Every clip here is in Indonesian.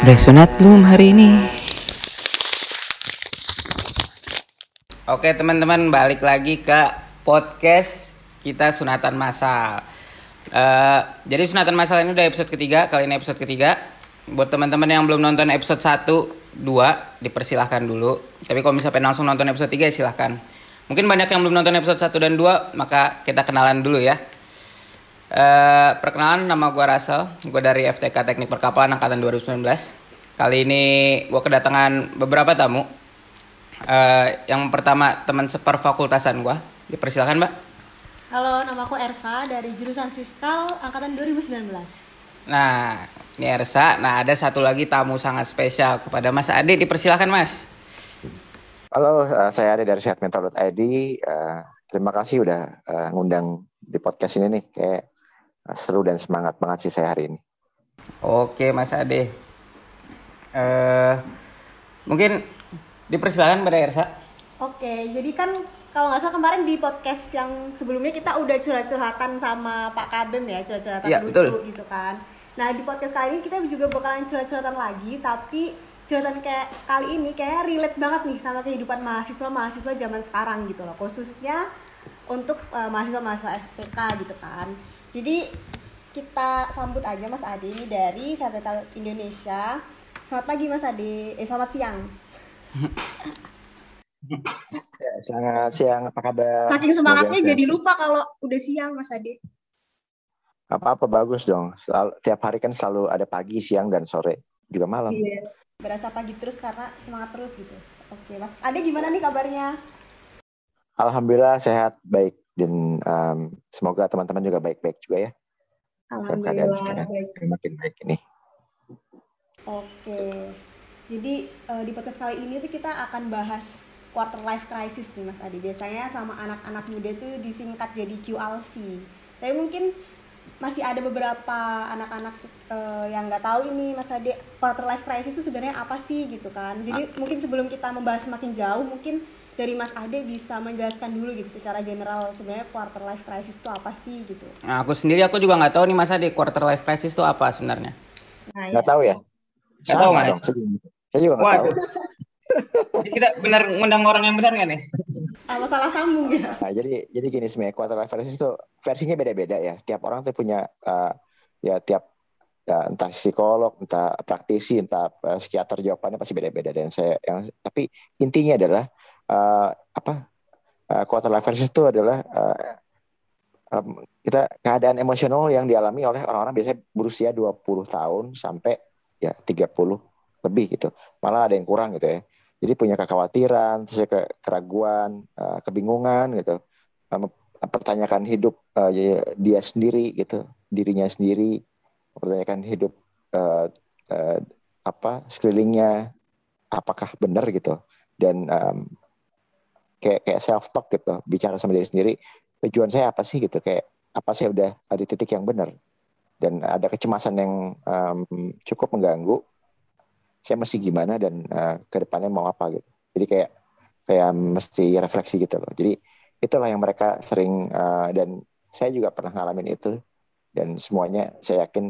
Udah sunat belum hari ini? Oke teman-teman, balik lagi ke podcast kita sunatan massal. Jadi sunatan massal ini udah episode ketiga. Kali ini episode ketiga. Buat teman-teman yang belum nonton episode 1, 2, dipersilahkan dulu. Tapi kalau misalnya langsung nonton episode 3 ya silahkan. Mungkin banyak yang belum nonton episode 1 dan 2, maka kita kenalan dulu ya. Perkenalan, nama gue Russell. Gue dari FTK Teknik Perkapalan Angkatan 2019. Kali ini gue kedatangan beberapa tamu. Yang pertama teman seperfakultasan gue. Dipersilakan Mbak. Halo, nama aku Ersa dari jurusan Siskal Angkatan 2019. Nah, ini Ersa. Nah, ada satu lagi tamu sangat spesial kepada Mas Ade. Dipersilakan Mas. Halo, saya Ade dari sehatmental.id. Terima kasih udah ngundang di podcast ini nih. Kayak seru dan semangat banget sih saya hari ini. Oke Mas Ade. Mungkin dipersilakan pada Ersa. Oke, jadi kan kalau nggak salah kemarin di podcast yang sebelumnya kita udah curhat-curhatan sama Pak Kadem ya, curhat-curhatan Ya, lucu betul. gitu kan. Nah di podcast kali ini kita juga bakalan curhat-curhatan lagi, tapi curhatan kayak kali ini kayak relate banget nih sama kehidupan mahasiswa zaman sekarang gitu loh, khususnya untuk mahasiswa-mahasiswa FPK gitu kan. Jadi kita sambut aja Mas Ade ini dari Sehatmental Indonesia. Selamat pagi Mas Ade, selamat siang. Ya, selamat siang, apa kabar? Saking semangatnya Semoga jadi sehat. lupa kalau udah siang Mas Ade. Apa-apa bagus dong. Tiap hari kan selalu ada pagi, siang, dan sore. Juga malam. Iya. Berasa pagi terus karena semangat terus gitu. Oke Mas Ade, gimana nih kabarnya? Alhamdulillah sehat, baik. Dan semoga teman-teman juga baik-baik juga ya. Dalam keadaan sekarang Alhamdulillah. makin baik ini. Oke. Jadi di podcast kali ini tuh kita akan bahas quarter life crisis nih Mas Adi. Biasanya sama anak-anak muda tuh disingkat jadi QLC. Tapi mungkin masih ada beberapa anak-anak yang nggak tahu ini Mas Adi, quarter life crisis itu sebenarnya apa sih gitu kan. Jadi mungkin sebelum kita membahas semakin jauh, mungkin dari Mas Ade bisa menjelaskan dulu gitu secara general sebenarnya quarter life crisis itu apa sih gitu. Nah, aku juga nggak tahu nih Mas Ade, quarter life crisis itu apa sebenarnya. Nah, Nggak tahu ya? Nggak tahu Sama Mas. dong, saya juga nggak tahu. Jadi kita benar ngundang orang yang benar nggak nih? Masalah sambung ya. Nah, jadi gini sebenarnya quarter life crisis itu versinya beda-beda ya. Tiap orang tuh punya entah psikolog, entah praktisi, entah psikiater, jawabannya pasti beda-beda. Dan tapi intinya adalah quarter life crisis itu adalah kita keadaan emosional yang dialami oleh orang-orang biasanya berusia 20 tahun sampai ya 30 lebih gitu. Malah ada yang kurang gitu ya. Jadi punya kekhawatiran, terus keraguan, kebingungan gitu. Mempertanyakan hidup dia sendiri gitu, dirinya sendiri, mempertanyakan hidup sekelilingnya apakah benar gitu. Dan kayak self talk gitu, bicara sama diri sendiri, tujuan saya apa sih gitu, kayak apa sih udah ada titik yang benar. Dan ada kecemasan yang cukup mengganggu, saya mesti gimana dan ke depannya mau apa gitu. Jadi kayak mesti refleksi gitu loh. Jadi itulah yang mereka sering dan saya juga pernah ngalamin itu, dan semuanya saya yakin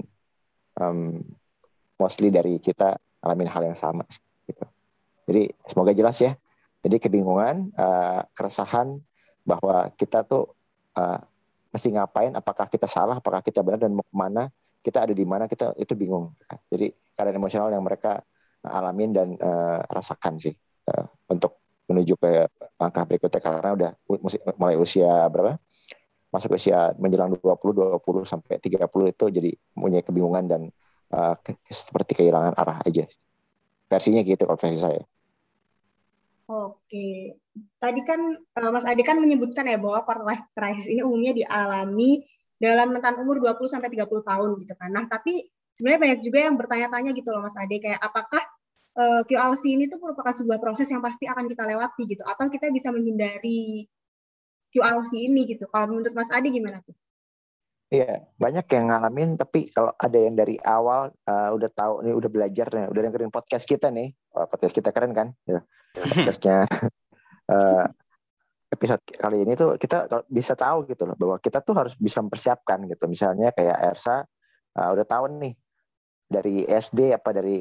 mostly dari kita ngalamin hal yang sama gitu. Jadi semoga jelas ya. Jadi kebingungan, keresahan bahwa kita tuh mesti ngapain, apakah kita salah, apakah kita benar, dan mau kemana, kita ada di mana, kita itu bingung. Jadi keadaan emosional yang mereka alamin dan rasakan sih untuk menuju ke langkah berikutnya, karena udah mulai usia berapa? Masuk usia menjelang 20 sampai 30 itu jadi punya kebingungan dan seperti kehilangan arah aja. Versinya gitu kalau versi saya. Oke, tadi kan Mas Ade kan menyebutkan ya bahwa quarter life crisis ini umumnya dialami dalam rentan umur 20 sampai 30 tahun gitu kan. Nah, tapi sebenarnya banyak juga yang bertanya-tanya gitu loh Mas Ade, kayak apakah QLC ini tuh merupakan sebuah proses yang pasti akan kita lewati gitu, atau kita bisa menghindari QLC ini gitu. Kalau menurut Mas Ade gimana tuh? Iya, banyak yang ngalamin, tapi kalau ada yang dari awal udah tahu nih, udah belajar nih, udah dengerin podcast kita nih. Podcast kita keren kan? Ya. Podcastnya episode kali ini tuh kita bisa tahu gitu loh, bahwa kita tuh harus bisa mempersiapkan gitu. Misalnya kayak Ersa udah tahu nih dari SD apa dari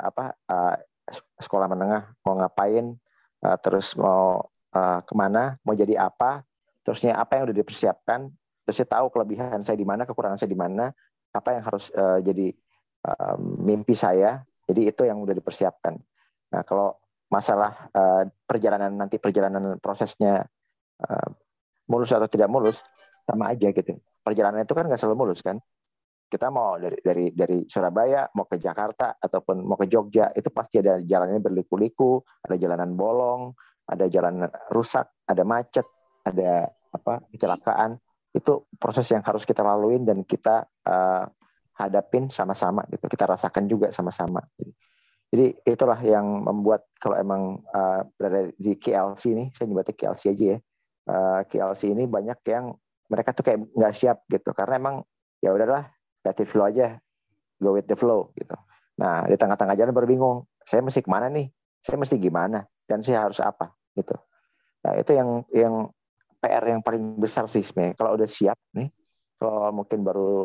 sekolah menengah mau ngapain, terus mau kemana, mau jadi apa, terusnya apa yang udah dipersiapkan, terusnya tahu kelebihan saya di mana, kekurangan saya di mana, apa yang harus jadi mimpi saya. Jadi itu yang udah dipersiapkan. Nah, kalau masalah perjalanan prosesnya mulus atau tidak mulus, sama aja gitu. Perjalanan itu kan nggak selalu mulus kan. Kita mau dari Surabaya mau ke Jakarta ataupun mau ke Jogja, itu pasti ada jalannya berliku-liku, ada jalanan bolong, ada jalan rusak, ada macet, ada kecelakaan. Itu proses yang harus kita laluin dan kita hadapin sama-sama gitu. Kita rasakan juga sama-sama. Jadi itulah yang membuat kalau emang berada di KLC ini, saya nyebutnya KLC aja ya. KLC ini banyak yang mereka tuh kayak nggak siap gitu, karena emang ya udahlah, let it flow aja, go with the flow gitu. Nah di tengah-tengah jalan baru bingung, saya mesti kemana nih, saya mesti gimana, dan saya harus apa gitu. Nah itu yang PR yang paling besar sih sebenarnya. Kalau udah siap nih, kalau mungkin baru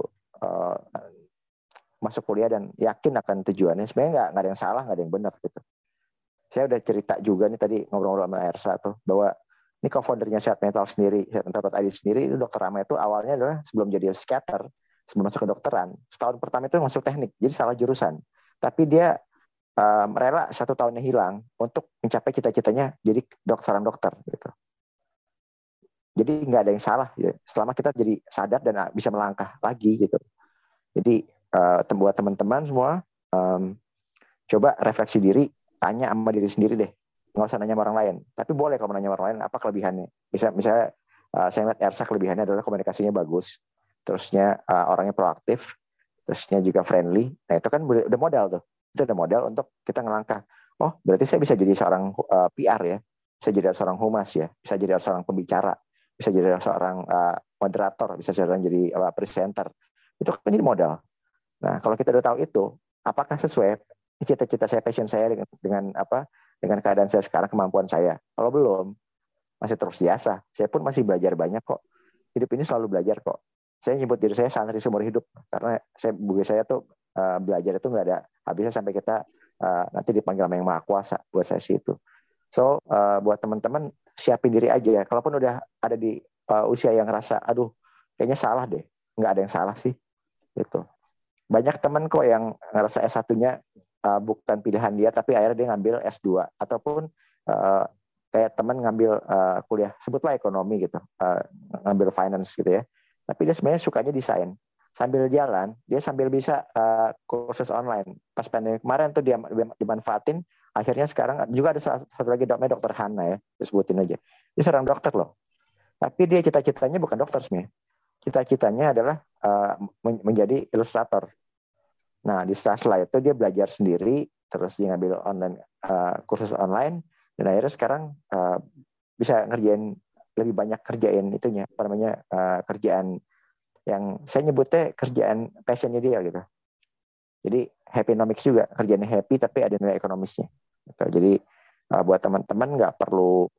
masuk kuliah dan yakin akan tujuannya, sebenarnya nggak ada yang salah, nggak ada yang benar gitu. Saya udah cerita juga nih tadi ngobrol-ngobrol sama Ersa tuh, bahwa ini co-foundernya Sehat Mental sendiri, sehatmental.id sendiri, itu Dokter Rama itu awalnya adalah sebelum jadi psikiater, sebelum masuk ke dokteran, setahun pertama itu masuk teknik, jadi salah jurusan. Tapi dia rela 1 tahunnya hilang untuk mencapai cita-citanya jadi dokter gitu. Jadi nggak ada yang salah ya, selama kita jadi sadar dan bisa melangkah lagi gitu. Jadi buat teman-teman semua, coba refleksi diri, tanya sama diri sendiri deh. Nggak usah nanya sama orang lain. Tapi boleh kalau nanya sama orang lain, apa kelebihannya. Misalnya saya lihat Ersa kelebihannya adalah komunikasinya bagus. Terusnya orangnya proaktif. Terusnya juga friendly. Nah itu kan udah modal tuh. Itu udah modal untuk kita ngelangkah. Oh berarti saya bisa jadi seorang PR ya. Bisa jadi seorang humas ya. Bisa jadi seorang pembicara. Bisa jadi seorang moderator. Bisa jadi presenter. Itu kan jadi modal. Nah kalau kita udah tahu itu, apakah sesuai cita-cita saya, passion saya dengan keadaan saya sekarang, kemampuan saya. Kalau belum, masih terus biasa. Saya pun masih belajar banyak kok. Hidup ini selalu belajar kok. Saya nyebut diri saya santri seumur hidup, karena saya tuh belajar itu nggak ada habisnya sampai kita nanti dipanggil sama Yang Maha Kuasa. Buat saya sih itu. So buat teman-teman, siapin diri aja ya. Kalaupun udah ada di usia yang ngerasa, aduh kayaknya salah deh. Nggak ada yang salah sih. Gitu. Banyak teman kok yang ngerasa S1-nya bukan pilihan dia, tapi akhirnya dia ngambil S2, ataupun kayak teman ngambil kuliah sebutlah ekonomi gitu, ngambil finance gitu ya, tapi dia sebenarnya sukanya desain. Sambil jalan dia sambil bisa kursus online. Pas pandemi kemarin tuh dia dimanfaatin, akhirnya sekarang juga ada satu lagi dokter Hana ya, disebutin aja, dia seorang dokter loh, tapi dia cita-citanya bukan dokter sebenarnya. Cita-citanya adalah menjadi ilustrator. Nah di sela itu dia belajar sendiri, terus dia ngambil kursus online, dan akhirnya sekarang bisa ngerjain lebih banyak, kerjain itunya kerjaan yang saya nyebutnya kerjaan passionnya dia gitu. Jadi happynomics juga, kerjaannya happy tapi ada nilai ekonomisnya gitu. Jadi buat teman-teman nggak perlu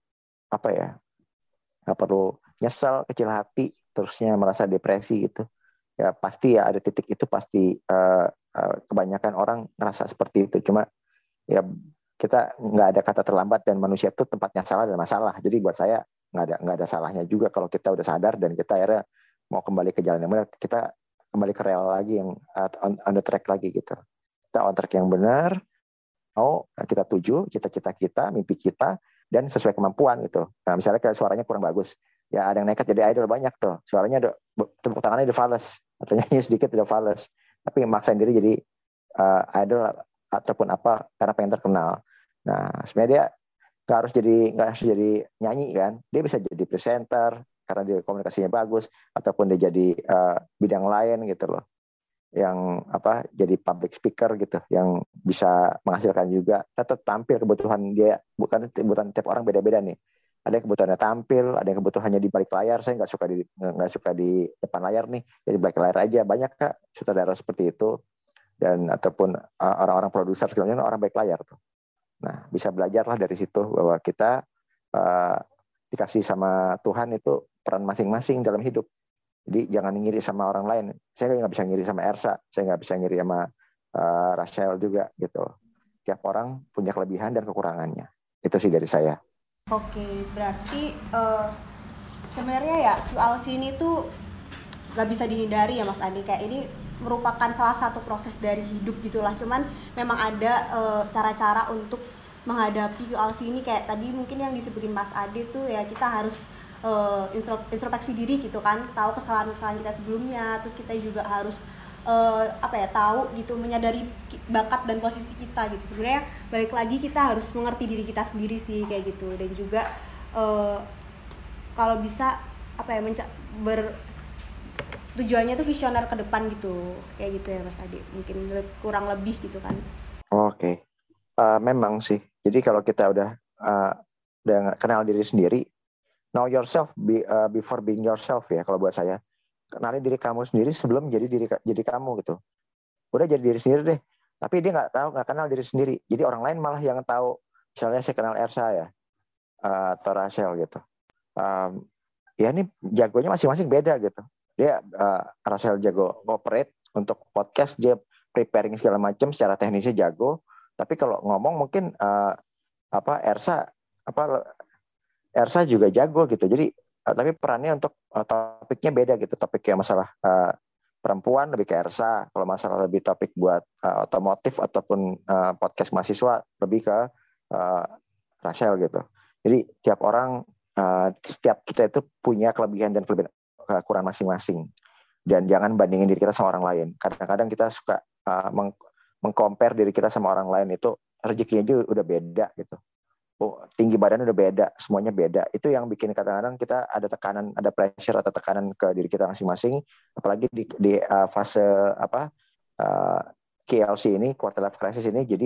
nggak perlu nyesel, kecil hati, terusnya merasa depresi gitu. Ya pasti ya ada titik itu, pasti kebanyakan orang ngerasa seperti itu. Cuma ya kita nggak ada kata terlambat, dan manusia itu tempatnya salah dan masalah. Jadi buat saya nggak ada salahnya juga kalau kita udah sadar dan kita akhirnya mau kembali ke jalan yang benar, kita kembali ke rel lagi, yang on the track lagi gitu. Kita on track yang benar, mau kita tuju cita-cita kita, mimpi kita, dan sesuai kemampuan gitu. Nah misalnya kayak suaranya kurang bagus, ya ada yang nekat jadi idol banyak tuh, suaranya tepuk tangannya udah fals, atau nyanyi sedikit udah fals, tapi maksain diri jadi idol ataupun apa karena pengen terkenal. Nah sebenarnya dia nggak harus jadi nyanyi kan, dia bisa jadi presenter karena dia komunikasinya bagus, ataupun dia jadi bidang lain gitu loh, yang jadi public speaker gitu, yang bisa menghasilkan juga, tetap tampil. Kebutuhan dia bukan kebutuhan tiap orang beda-beda nih. Ada yang kebutuhannya tampil, ada yang kebutuhannya di balik layar. Saya nggak suka di depan layar nih, jadi balik layar aja. Banyak kak sutradara seperti itu, dan ataupun orang-orang produser segalanya orang balik layar tuh. Nah bisa belajarlah dari situ bahwa kita dikasih sama Tuhan itu peran masing-masing dalam hidup. Jadi jangan ngiri sama orang lain. Saya nggak bisa ngiri sama Ersa, saya nggak bisa ngiri sama Rachel juga gitu. Tiap orang punya kelebihan dan kekurangannya. Itu sih dari saya. Oke, berarti sebenarnya ya QLC ini tuh gak bisa dihindari ya Mas Adi, kayak ini merupakan salah satu proses dari hidup gitulah. Cuman memang ada cara-cara untuk menghadapi QLC ini, kayak tadi mungkin yang disebutin Mas Adi tuh ya, kita harus introspeksi diri gitu kan, tahu kesalahan-kesalahan kita sebelumnya, terus kita juga harus tahu gitu, menyadari bakat dan posisi kita gitu. Sebenarnya balik lagi kita harus mengerti diri kita sendiri sih kayak gitu, dan juga kalau bisa tujuannya tuh visioner ke depan gitu, kayak gitu ya Mas Adi, mungkin kurang lebih gitu kan. Oke. Memang sih. Jadi kalau kita udah kenal diri sendiri, know yourself before being yourself ya kalau buat saya. Kenali diri kamu sendiri sebelum jadi kamu gitu. Udah jadi diri sendiri deh. Tapi dia nggak kenal diri sendiri. Jadi orang lain malah yang tahu. Misalnya saya kenal Ersa ya, atau Rachel gitu. Ya ini jagonya masing-masing beda gitu. Dia Rachel jago operate untuk podcast, dia preparing segala macam secara teknisnya jago. Tapi kalau ngomong mungkin Ersa juga jago gitu. Jadi tapi perannya untuk topiknya beda gitu. Topiknya masalah perempuan lebih ke Ersa. Kalau masalah lebih topik buat otomotif ataupun podcast mahasiswa lebih ke Rachel gitu. Jadi setiap kita itu punya kelebihan dan kekurangan masing-masing. Dan jangan bandingin diri kita sama orang lain. Kadang-kadang kita suka mengcompare diri kita sama orang lain, itu rezekinya aja udah beda gitu. Tinggi badan udah beda, semuanya beda. Itu yang bikin kadang-kadang kita ada tekanan, ada pressure atau tekanan ke diri kita masing-masing. Apalagi di fase KLC ini, quarter life crisis ini, jadi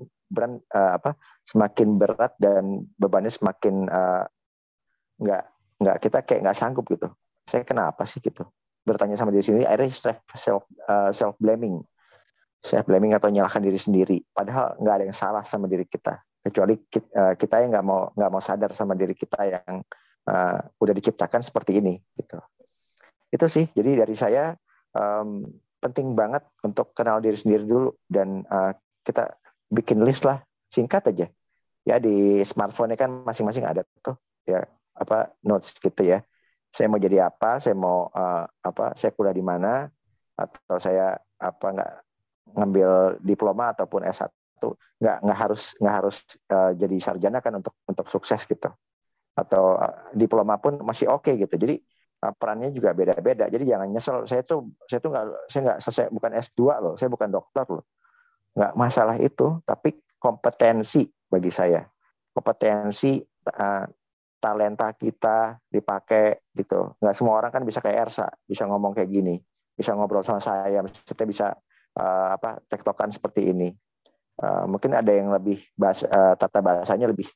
semakin berat dan bebannya semakin nggak kita kayak nggak sanggup gitu. Saya kenapa sih gitu? Bertanya sama diri sendiri, akhirnya self blaming atau menyalahkan diri sendiri. Padahal nggak ada yang salah sama diri kita, kecuali kita yang nggak mau sadar sama diri kita yang udah diciptakan seperti ini gitu. Itu sih. Jadi dari saya penting banget untuk kenal diri sendiri dulu, dan kita bikin list lah, singkat aja ya, di smartphone kan masing-masing ada tuh ya, notes gitu ya. Saya mau jadi apa, saya mau saya kuliah di mana, atau saya nggak ngambil diploma ataupun S1, nggak harus jadi sarjana kan untuk sukses gitu, atau diploma pun masih oke gitu. Jadi perannya juga beda-beda. Jadi jangan nyesel. Saya nggak selesai, bukan S2 loh, saya bukan dokter loh, nggak masalah itu. Tapi kompetensi bagi saya, kompetensi talenta kita dipakai gitu. Nggak semua orang kan bisa kayak Ersa, bisa ngomong kayak gini, bisa ngobrol sama saya, maksudnya bisa tektokan seperti ini. Mungkin ada yang lebih tata bahasanya lebih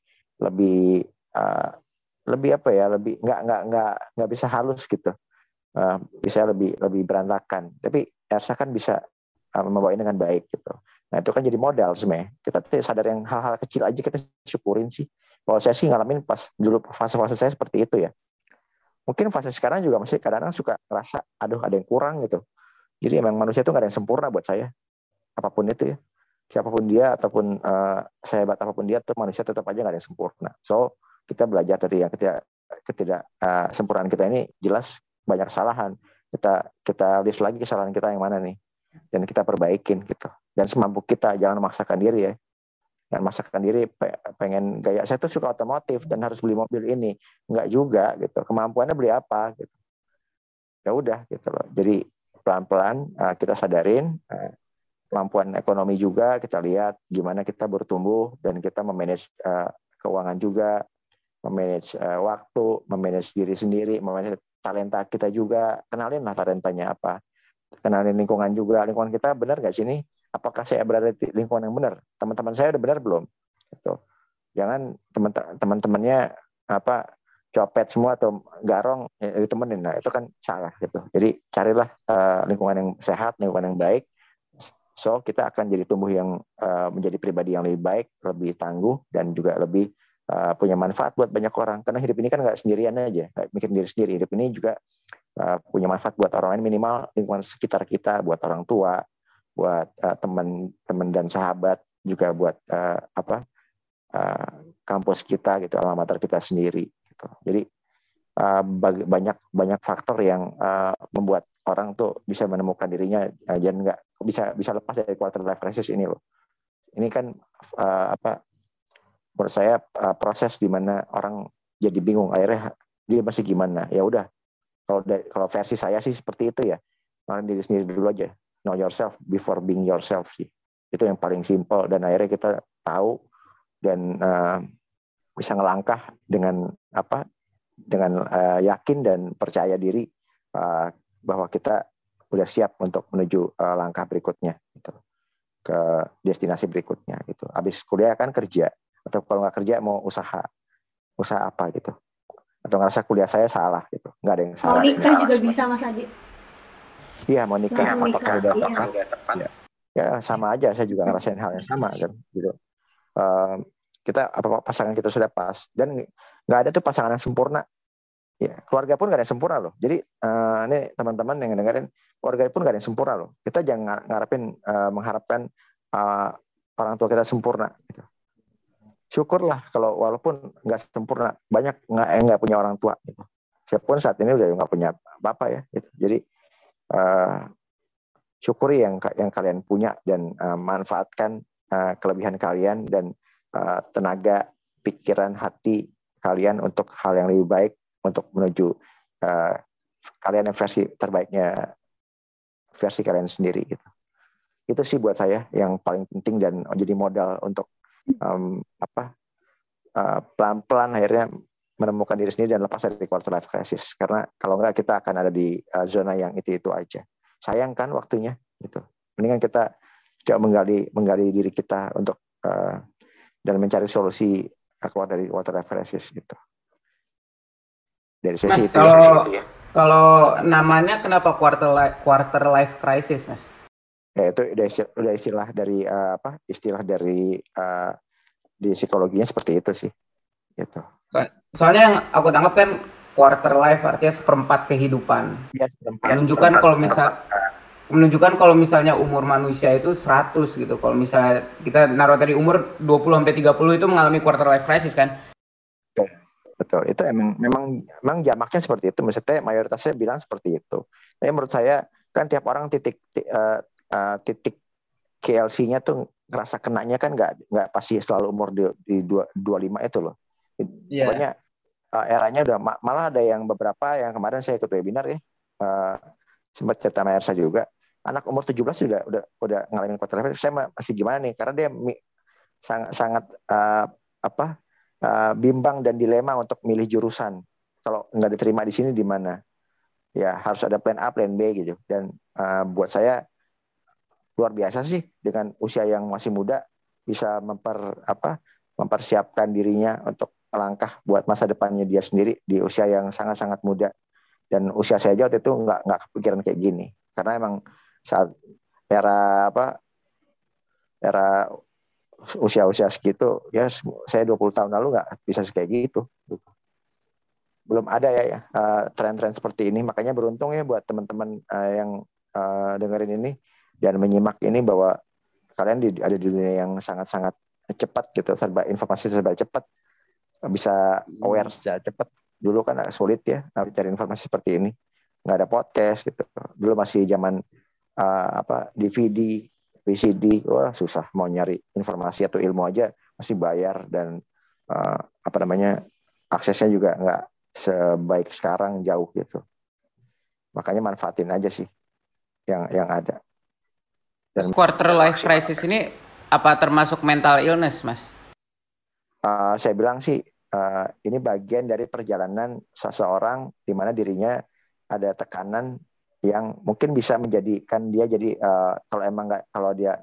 nggak bisa halus gitu, bisa lebih berantakan. Tapi Ersa kan bisa membawa ini dengan baik gitu. Nah itu kan jadi modal sebenarnya. Kita sadar yang hal-hal kecil aja kita syukurin sih. Kalau saya sih ngalamin pas dulu fase-fase saya seperti itu ya. Mungkin fase sekarang juga masih kadang-kadang suka ngerasa, aduh ada yang kurang gitu. Jadi emang manusia itu nggak ada yang sempurna buat saya. Apapun itu ya. Siapapun dia ataupun sehebat apapun dia, tuh manusia tetap aja nggak ada yang sempurna. So kita belajar dari yang sempurnaan kita ini, jelas banyak kesalahan. Kita list lagi kesalahan kita yang mana nih, dan kita perbaikin gitu. Dan semampu kita, jangan memaksakan diri ya. Dan maksakan diri pengen gaya saya tuh suka otomotif dan harus beli mobil ini, enggak juga gitu. Kemampuannya beli apa gitu. Ya udah gitu loh. Jadi pelan-pelan kita sadarin kemampuan ekonomi juga, kita lihat gimana kita bertumbuh dan kita memanage keuangan juga, memanage waktu, memanage diri sendiri, memanage talenta kita juga. Kenalin lah talentanya apa. Kenalin lingkungan juga. Lingkungan kita benar nggak sih nih? Apakah saya berada di lingkungan yang benar? Teman-teman saya udah benar belum? Gitu. Jangan teman-temannya copet semua atau garong ditemenin. Nah itu kan salah gitu. Jadi carilah lingkungan yang sehat, lingkungan yang baik. So kita akan jadi tumbuh yang menjadi pribadi yang lebih baik, lebih tangguh, dan juga lebih punya manfaat buat banyak orang. Karena hidup ini kan nggak sendirian aja, nggak mikir diri sendiri. Hidup ini juga punya manfaat buat orang lain, minimal lingkungan sekitar kita, buat orang tua, buat teman-teman dan sahabat, juga buat kampus kita gitu, alma mater kita sendiri gitu. Jadi banyak faktor yang membuat orang tuh bisa menemukan dirinya dan nggak bisa lepas dari quarter life crisis ini loh. Ini kan menurut saya proses di mana orang jadi bingung, akhirnya dia masih gimana. Ya udah, kalau versi saya sih seperti itu ya, orang diri sendiri dulu aja, know yourself before being yourself sih. Itu yang paling simple, dan akhirnya kita tahu dan bisa ngelangkah dengan yakin dan percaya diri bahwa kita udah siap untuk menuju langkah berikutnya gitu, ke destinasi berikutnya gitu. Habis kuliah kan kerja, atau kalau nggak kerja mau usaha apa gitu, atau ngerasa kuliah saya salah gitu. Nggak ada yang salah. Mau nikah juga bisa Mas Adi. Iya, mau nikah, apakah udah tepat? Ya sama aja, saya juga ngerasain hal yang sama kan gitu. Kita pasangan kita sudah pas, dan nggak ada tuh pasangan yang sempurna. Ya, keluarga pun nggak ada yang sempurna loh. Jadi ini teman-teman yang dengerin, keluarga pun nggak ada yang sempurna loh. Kita jangan mengharapkan orang tua kita sempurna. Gitu. Syukurlah kalau walaupun nggak sempurna, banyak nggak punya orang tua. Gitu. Saya pun saat ini udah nggak punya bapak ya. Gitu. Jadi syukuri yang kalian punya, dan manfaatkan kelebihan kalian dan tenaga, pikiran, hati kalian untuk hal yang lebih baik, untuk menuju kalian yang versi terbaiknya, versi kalian sendiri gitu. Itu sih buat saya yang paling penting dan jadi modal untuk pelan-pelan akhirnya menemukan diri sendiri dan lepas dari quarter life crisis. Karena kalau enggak kita akan ada di zona yang itu aja. Sayang kan waktunya gitu. Mendingan kita coba menggali diri kita untuk dan mencari solusi keluar dari quarter life crisis gitu. Dari sesi Mas, itu kalau namanya kenapa quarter life crisis, Mas? Ya itu udah istilah dari istilah dari di psikologinya seperti itu sih gitu. Soalnya yang aku tangkap kan quarter life artinya seperempat kehidupan. Ya, Menunjukkan kalau misalnya umur manusia itu 100 gitu. Kalau misalnya kita naruh tadi umur 20 sampai 30 itu mengalami quarter life crisis kan? Betul. Itu memang jamaknya seperti itu. Maksudnya mayoritasnya bilang seperti itu. Tapi menurut saya kan tiap orang titik KLC-nya tuh ngerasa kenanya kan nggak pasti selalu umur di 25 itu loh. Yeah. Pokoknya eranya udah malah ada yang beberapa yang kemarin saya ikut webinar ya, sempat cerita sama Ersa juga, anak umur 17 udah ngalamin quarter life. Saya masih gimana nih, karena dia sangat bimbang dan dilema untuk milih jurusan. Kalau nggak diterima di sini di mana? Ya harus ada plan A, plan B gitu. Dan buat saya luar biasa sih dengan usia yang masih muda bisa mempersiapkan dirinya untuk melangkah buat masa depannya dia sendiri di usia yang sangat-sangat muda. Dan usia saya waktu itu nggak kepikiran kayak gini, karena emang saat era usia segitu ya, saya 20 tahun lalu nggak bisa kayak gitu. Belum ada ya tren-tren seperti ini. Makanya beruntung ya buat teman-teman yang dengerin ini dan menyimak ini, bahwa kalian ada di dunia yang sangat-sangat cepat gitu, informasi serba cepat, bisa aware secara cepat. Dulu kan agak sulit ya cari informasi seperti ini, nggak ada podcast gitu. Dulu masih zaman DVD, VCD, wah susah mau nyari informasi atau ilmu aja masih bayar, dan aksesnya juga nggak sebaik sekarang, jauh gitu. Makanya manfaatin aja sih yang ada. Dan quarter life crisis ini apa termasuk mental illness, Mas? Saya bilang sih ini bagian dari perjalanan seseorang di mana dirinya ada tekanan yang mungkin bisa menjadikan dia jadi kalau dia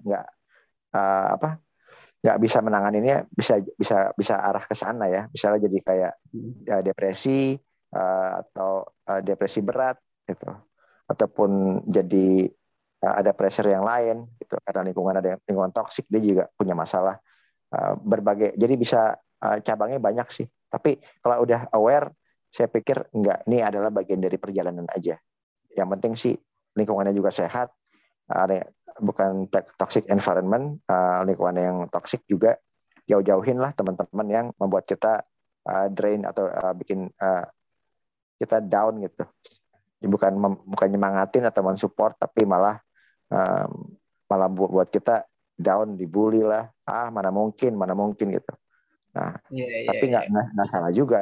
nggak bisa menanganinya, bisa arah ke sana ya, misalnya jadi kayak depresi atau depresi berat gitu, ataupun jadi ada pressure yang lain gitu, karena ada lingkungan toksik, dia juga punya masalah berbagai, jadi bisa cabangnya banyak sih. Tapi kalau udah aware, saya pikir enggak, ini adalah bagian dari perjalanan aja. Yang penting sih lingkungannya juga sehat, toxic environment, lingkungan yang toxic juga jauh-jauhin lah teman-teman yang membuat kita drain atau bikin kita down gitu. Bukan nyemangatin atau mensupport, tapi malah buat kita down, dibully lah. Mana mungkin gitu. Nah, tapi nggak salah juga.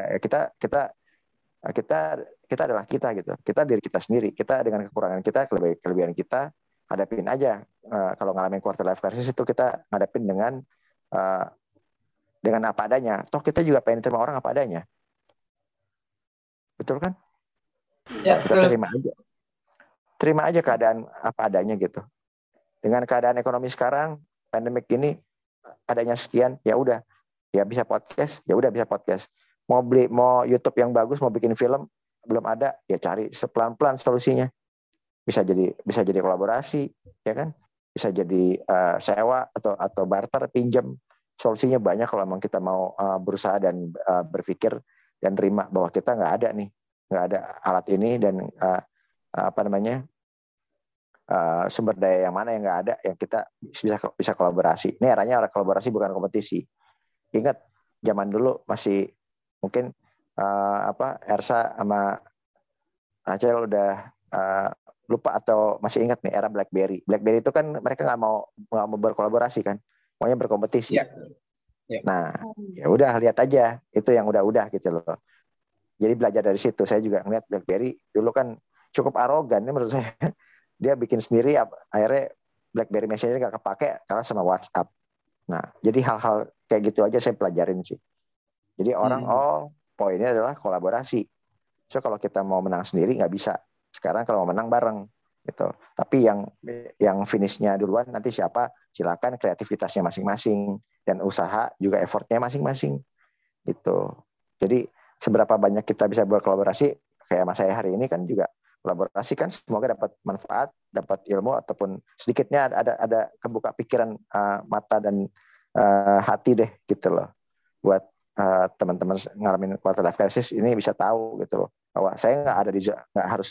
Kita adalah kita gitu. Kita diri kita sendiri. Kita dengan kekurangan kita, kelebihan kita, hadapin aja. Kalau ngalamin quarter life crisis itu kita hadapin dengan apa adanya. Toh kita juga pengen terima orang apa adanya. Betul kan? Ya, kita terima aja keadaan apa adanya gitu. Dengan keadaan ekonomi sekarang, pandemik ini adanya sekian, ya udah, ya bisa podcast, mau YouTube yang bagus, mau bikin film belum ada, ya cari pelan-pelan solusinya. Bisa jadi kolaborasi, ya kan, bisa jadi sewa atau barter, pinjam. Solusinya banyak kalau memang kita mau berusaha dan berpikir dan terima bahwa kita nggak ada alat ini dan sumber daya yang mana yang nggak ada, yang kita bisa kolaborasi. Ini eranya kolaborasi, bukan kompetisi. Ingat zaman dulu masih mungkin Ersa sama Rachel udah lupa atau masih ingat nih era BlackBerry. BlackBerry itu kan mereka nggak mau berkolaborasi kan, maunya berkompetisi. Yeah. Nah, ya udah, lihat aja itu yang udah gitu loh. Jadi belajar dari situ. Saya juga ngeliat BlackBerry dulu kan cukup arogan nih menurut saya. Dia bikin sendiri, akhirnya BlackBerry Messenger nggak kepake karena sama WhatsApp. Nah, jadi hal-hal kayak gitu aja saya pelajarin sih. Jadi orang poinnya adalah kolaborasi. So kalau kita mau menang sendiri nggak bisa. Sekarang kalau mau menang bareng gitu. Tapi yang finishnya duluan nanti siapa? Silakan, kreativitasnya masing-masing dan usaha juga effortnya masing-masing gitu. Jadi seberapa banyak kita bisa berkolaborasi, kayak mas saya hari ini kan juga kolaborasi kan, semoga dapat manfaat, dapat ilmu, ataupun sedikitnya ada kebuka pikiran, mata dan hati deh gitu loh, buat teman-teman ngalamin quarter life crisis ini bisa tahu gitu loh, bahwa saya nggak harus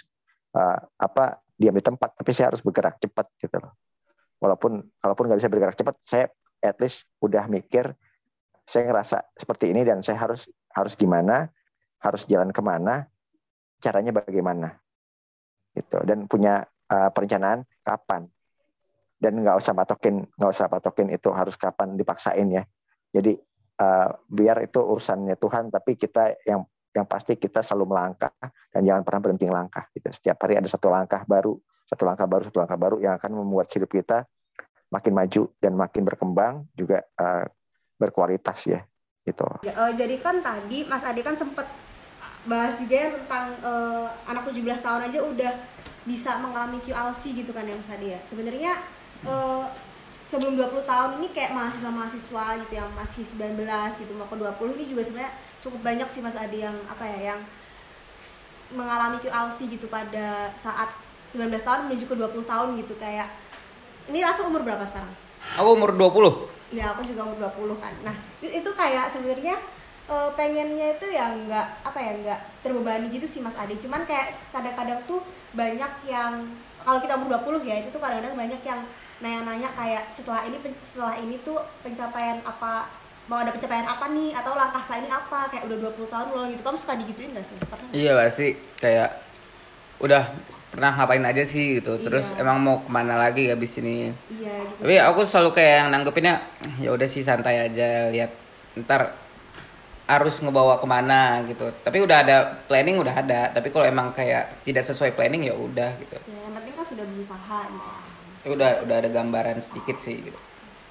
diam di tempat, tapi saya harus bergerak cepat gitu loh. Kalaupun nggak bisa bergerak cepat, saya at least udah mikir, saya ngerasa seperti ini dan saya harus gimana, harus jalan kemana, caranya bagaimana gitu, dan punya perencanaan kapan, dan nggak usah patokin itu harus kapan, dipaksain ya. Jadi biar itu urusannya Tuhan, tapi kita yang pasti kita selalu melangkah dan jangan pernah berhenti melangkah gitu. Setiap hari ada satu langkah baru yang akan membuat hidup kita makin maju dan makin berkembang, juga berkualitas ya gitu. Jadi kan tadi Mas Adi kan sempat bahas juga ya tentang anak 17 tahun aja udah bisa mengalami QLC gitu kan ya Mas Adi ya. Sebenarnya sebelum 20 tahun ini kayak mahasiswa gitu yang masih 19 gitu mau ke 20 ini juga sebenarnya cukup banyak sih Mas Adi yang yang mengalami QLC gitu pada saat 19 tahun menuju ke 20 tahun gitu. Kayak ini rasa umur berapa sekarang? Aku umur 20. Ya aku juga umur 20 kan. Nah itu kayak sebenarnya pengennya itu ya nggak terbebani gitu sih Mas Adi. Cuman kayak kadang-kadang tuh banyak yang, kalau kita umur 20 ya, itu tuh kadang-kadang banyak yang nanya-nanya kayak setelah ini tuh pencapaian apa, mau ada pencapaian apa nih, atau langkah setelah ini apa, kayak udah 20 tahun loh gitu. Kamu suka digituin gak sih? Iya pasti, kayak udah pernah ngapain aja sih gitu. Terus emang mau kemana lagi habis ini. Iya gitu. Tapi aku selalu kayak yang nanggepinnya, ya udah sih santai aja, lihat ntar harus ngebawa kemana gitu. Tapi udah ada planning, udah ada. Tapi kalau emang kayak tidak sesuai planning, ya udah gitu. Ya, yang penting kan sudah berusaha gitu. Ya udah ada gambaran sedikit sih gitu.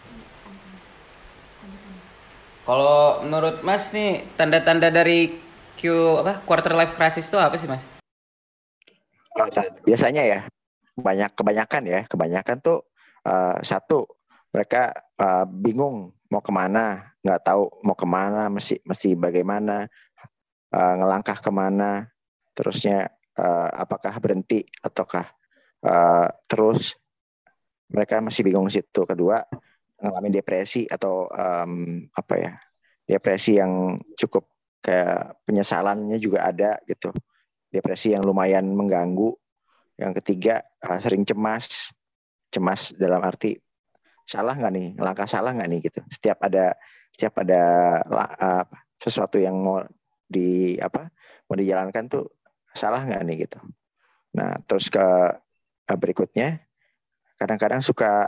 Kalau menurut Mas nih, tanda-tanda dari quarter life crisis itu apa sih Mas? Biasanya ya, kebanyakan tuh satu, mereka bingung mau kemana, nggak tahu mau kemana, mesti bagaimana, ngelangkah kemana, terusnya apakah berhenti ataukah terus, mereka masih bingung situ. Kedua, ngalamin depresi atau depresi yang cukup kayak penyesalannya juga ada gitu, depresi yang lumayan mengganggu. Yang ketiga, sering cemas cemas dalam arti salah nggak nih, langkah salah nggak nih gitu. Setiap ada sesuatu yang mau dijalankan tuh salah nggak nih gitu. Nah terus ke berikutnya kadang-kadang suka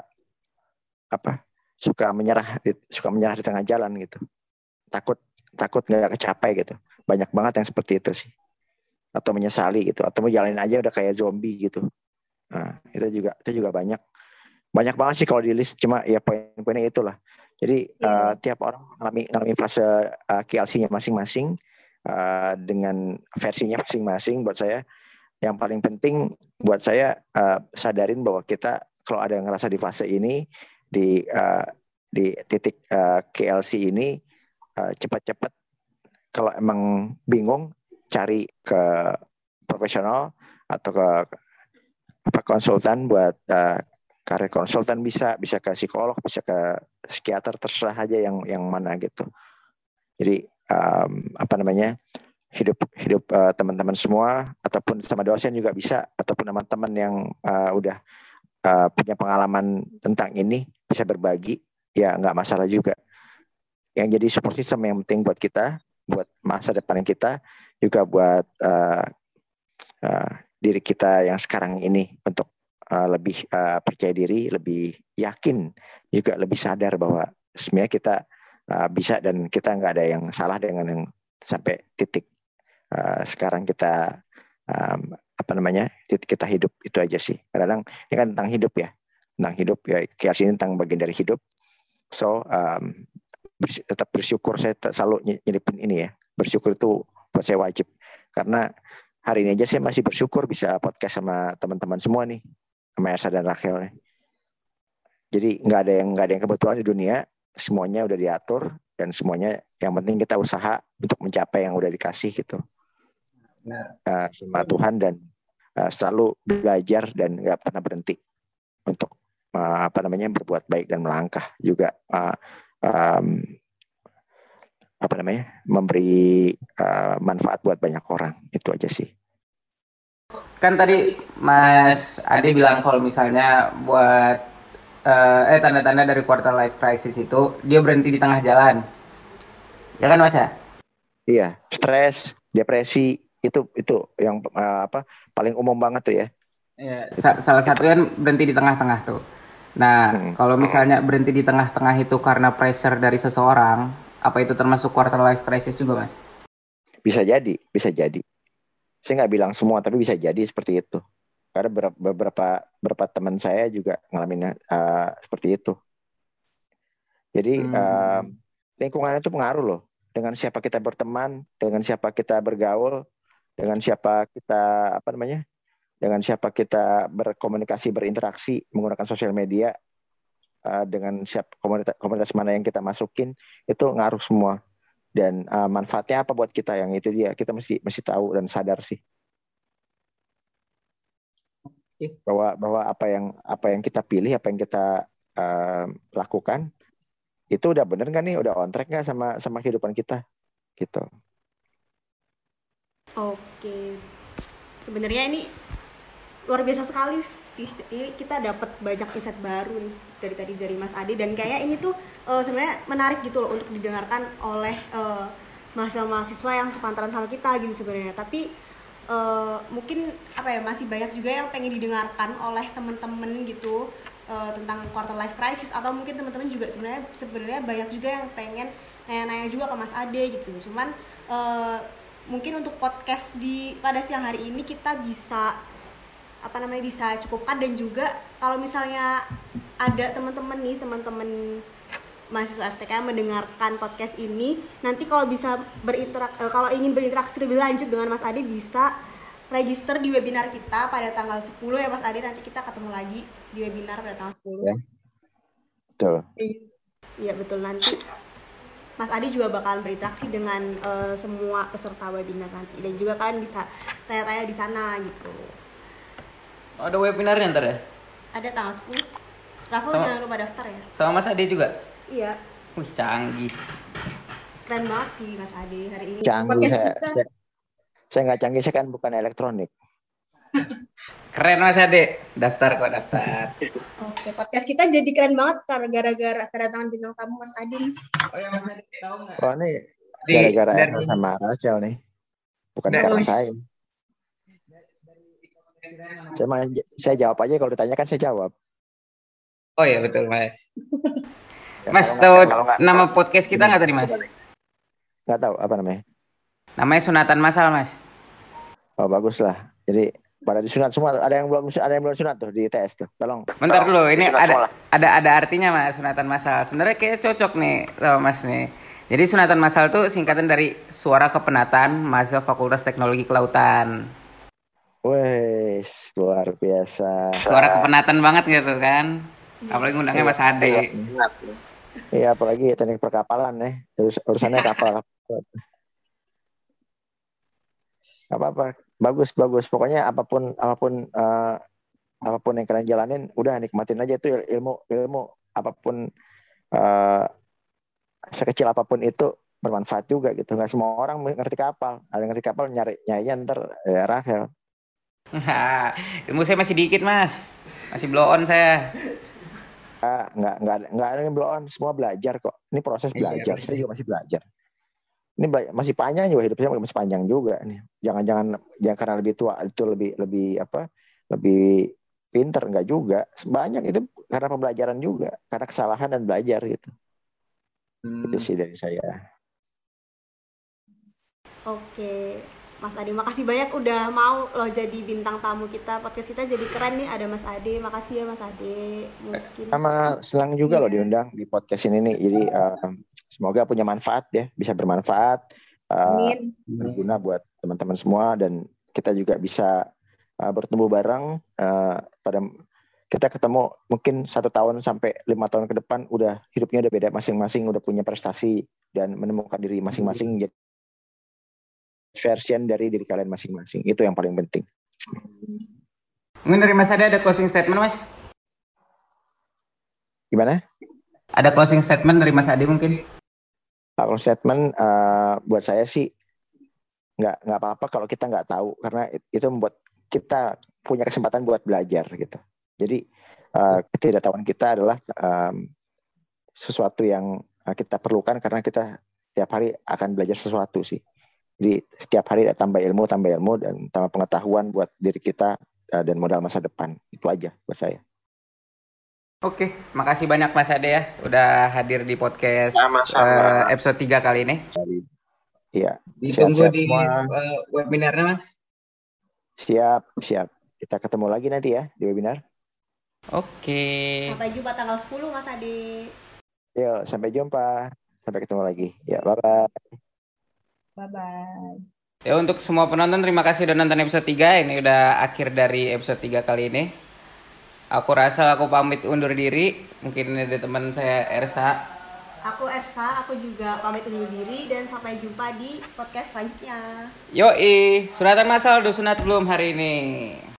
menyerah di tengah jalan gitu. Takut nggak kecapai gitu. Banyak banget yang seperti itu sih. Atau menyesali gitu, atau mau jalanin aja udah kayak zombie gitu. Nah, itu juga banyak banget sih kalau di list, cuma ya poin-poinnya itulah. Jadi tiap orang ngalami fase KLC-nya masing-masing dengan versinya masing-masing. Buat saya yang paling penting buat saya sadarin bahwa kita kalau ada yang ngerasa di fase ini di titik KLC ini cepat-cepat kalau emang bingung cari ke profesional atau ke konsultan buat karir konsultan, bisa ke psikolog, bisa ke psikiater, terserah aja yang mana gitu. Jadi hidup teman-teman semua ataupun sama dosen juga bisa, ataupun teman-teman yang udah punya pengalaman tentang ini bisa berbagi, ya nggak masalah juga. Yang jadi support system yang penting buat kita, buat masa depan kita, juga buat diri kita yang sekarang ini untuk lebih percaya diri, lebih yakin, juga lebih sadar bahwa sebenarnya kita bisa dan kita nggak ada yang salah dengan yang sampai titik sekarang kita titik kita hidup itu aja sih. Kadang ini kan tentang hidup ya, kias ini tentang bagian dari hidup. So tetap bersyukur, saya selalu nyelipin ini ya, bersyukur itu buat saya wajib, karena hari ini aja saya masih bersyukur bisa podcast sama teman-teman semua nih, sama Ersa dan Rachel nih. Jadi nggak ada yang kebetulan di dunia, semuanya udah diatur dan semuanya yang penting kita usaha untuk mencapai yang udah dikasih gitu. Sama Tuhan, dan selalu belajar dan nggak pernah berhenti untuk berbuat baik dan melangkah juga. Memberi manfaat buat banyak orang, itu aja sih. Kan tadi Mas Ade bilang kalau misalnya buat tanda-tanda dari quarter life crisis itu dia berhenti di tengah jalan, ya kan Mas ya? Iya, stres, depresi itu yang paling umum banget tuh ya. Ya, salah satu kan berhenti di tengah-tengah tuh. Nah, kalau misalnya berhenti di tengah-tengah itu karena pressure dari seseorang, apa itu termasuk quarter life crisis juga, Mas? Bisa jadi. Saya nggak bilang semua, tapi bisa jadi seperti itu. Karena beberapa teman saya juga ngalamin seperti itu. Jadi lingkungan itu pengaruh loh. Dengan siapa kita berteman, dengan siapa kita bergaul, dengan siapa kita dengan siapa kita berkomunikasi, berinteraksi menggunakan sosial media, dengan komunitas mana yang kita masukin, itu ngaruh semua. Dan manfaatnya apa buat kita, yang itu dia kita mesti tahu dan sadar sih. Bahwa apa yang kita pilih, apa yang kita lakukan itu udah bener nggak nih, udah on track nggak sama kehidupan kita gitu. Oke, sebenarnya ini luar biasa sekali sih. Ini kita dapat banyak insight baru nih dari Mas Ade, dan kayak ini tuh sebenarnya menarik gitu loh untuk didengarkan oleh mahasiswa yang sepantaran sama kita gitu sebenarnya. Tapi mungkin masih banyak juga yang pengen didengarkan oleh teman-teman gitu tentang quarter life crisis, atau mungkin teman-teman juga sebenarnya banyak juga yang pengen nanya-nanya juga ke Mas Ade gitu. Cuman mungkin untuk podcast pada siang hari ini kita bisa bisa cukupkan. Dan juga kalau misalnya ada teman-teman mahasiswa FTK yang mendengarkan podcast ini, nanti kalau bisa kalau ingin berinteraksi lebih lanjut dengan Mas Ade, bisa register di webinar kita pada tanggal 10 ya Mas Ade. Nanti kita ketemu lagi di webinar pada tanggal 10 ya. Betul. Iya betul, nanti Mas Ade juga bakalan berinteraksi dengan semua peserta webinar nanti, dan juga kalian bisa tanya-tanya di sana gitu. Ada webinarnya ntar ya? Ada tanggal 10. Rasul jangan lupa daftar ya. Sama Mas Ade juga? Iya. Wih, canggih. Keren banget sih Mas Ade hari ini. Canggih. Saya nggak canggih, saya kan bukan elektronik. Keren Mas Ade. Daftar kok daftar. Oke, podcast kita jadi keren banget karena gara-gara kedatangan bintang tamu Mas Adi. Oh ya Mas Ade, tahu nggak? Oh ini gara-gara Elsa sama Rachel nih. Bukan karena saya. Saya jawab aja, kalau ditanya kan saya jawab. Oh iya betul Mas. Ya, Mas tahu nama podcast kita nggak tadi Mas? Nggak tahu apa namanya. Namanya Sunatan Masal Mas. Oh bagus lah. Jadi pada disunat semua. Ada yang belum sunat tuh di ITS tuh. Tolong. Bentar dulu, ini ada artinya Mas, sunatan masal. Sebenarnya kayak cocok nih sama Mas nih. Jadi sunatan masal tuh singkatan dari Suara Kepenatan Mahasiswa Fakultas Teknologi Kelautan. Wes, luar biasa. Suara kepenatan banget gitu kan. Apalagi ngundangnya Mas Ade. Iya, apalagi teknik perkapalan ya. Urusannya kapal. Gak apa-apa. Bagus. Pokoknya apapun yang kalian jalanin, udah nikmatin aja tuh ilmu apapun, sekecil apapun itu bermanfaat juga gitu. Nggak semua orang ngerti kapal. Ada yang ngerti kapal nyarinya ntar Rahel. Ilmu saya masih dikit Mas. Masih blow on saya. Nggak ada yang blow on. Semua belajar kok. Ini proses belajar. Saya juga masih belajar. Ini masih panjang juga, hidup saya masih panjang juga nih. Jangan karena lebih tua itu lebih pinter, enggak juga. Banyak itu karena pembelajaran juga, karena kesalahan dan belajar gitu. Itu sih dari saya. Oke, Mas Ade, makasih banyak udah mau loh jadi bintang tamu kita. Podcast kita jadi keren nih, ada Mas Ade. Makasih ya Mas Ade. Mungkin sama senang juga loh diundang di podcast ini nih. Jadi semoga punya manfaat ya, bisa bermanfaat, berguna buat teman-teman semua, dan kita juga bisa bertumbuh bareng. Pada kita ketemu mungkin 1 tahun sampai 5 tahun ke depan, udah hidupnya udah beda masing-masing, udah punya prestasi dan menemukan diri masing-masing, jadi version dari diri kalian masing-masing. Itu yang paling penting. Mungkin dari Mas Ade ada closing statement Mas? Gimana? Ada closing statement dari Mas Ade mungkin? Kalau statement buat saya sih nggak apa-apa kalau kita nggak tahu, karena itu membuat kita punya kesempatan buat belajar gitu. Jadi ketidaktahuan kita adalah sesuatu yang kita perlukan, karena kita setiap hari akan belajar sesuatu sih. Jadi setiap hari tambah ilmu dan tambah pengetahuan buat diri kita dan modal masa depan. Itu aja buat saya. Oke, makasih banyak Mas Ade ya udah hadir di podcast episode 3 kali ini. Iya. Ditunggu di webinarnya Mas. Siap. Kita ketemu lagi nanti ya di webinar. Oke. Sampai jumpa tanggal 10 Mas Ade. Yuk, sampai jumpa. Sampai ketemu lagi. Ya, bye-bye. Bye-bye. Ya, untuk semua penonton, terima kasih udah nonton episode 3. Ini udah akhir dari episode 3 kali ini. Aku rasa aku pamit undur diri. Mungkin ada teman saya Ersa. Aku Ersa, aku juga pamit undur diri dan sampai jumpa di podcast selanjutnya. Yoi, sunatan masal udah sunat belum hari ini?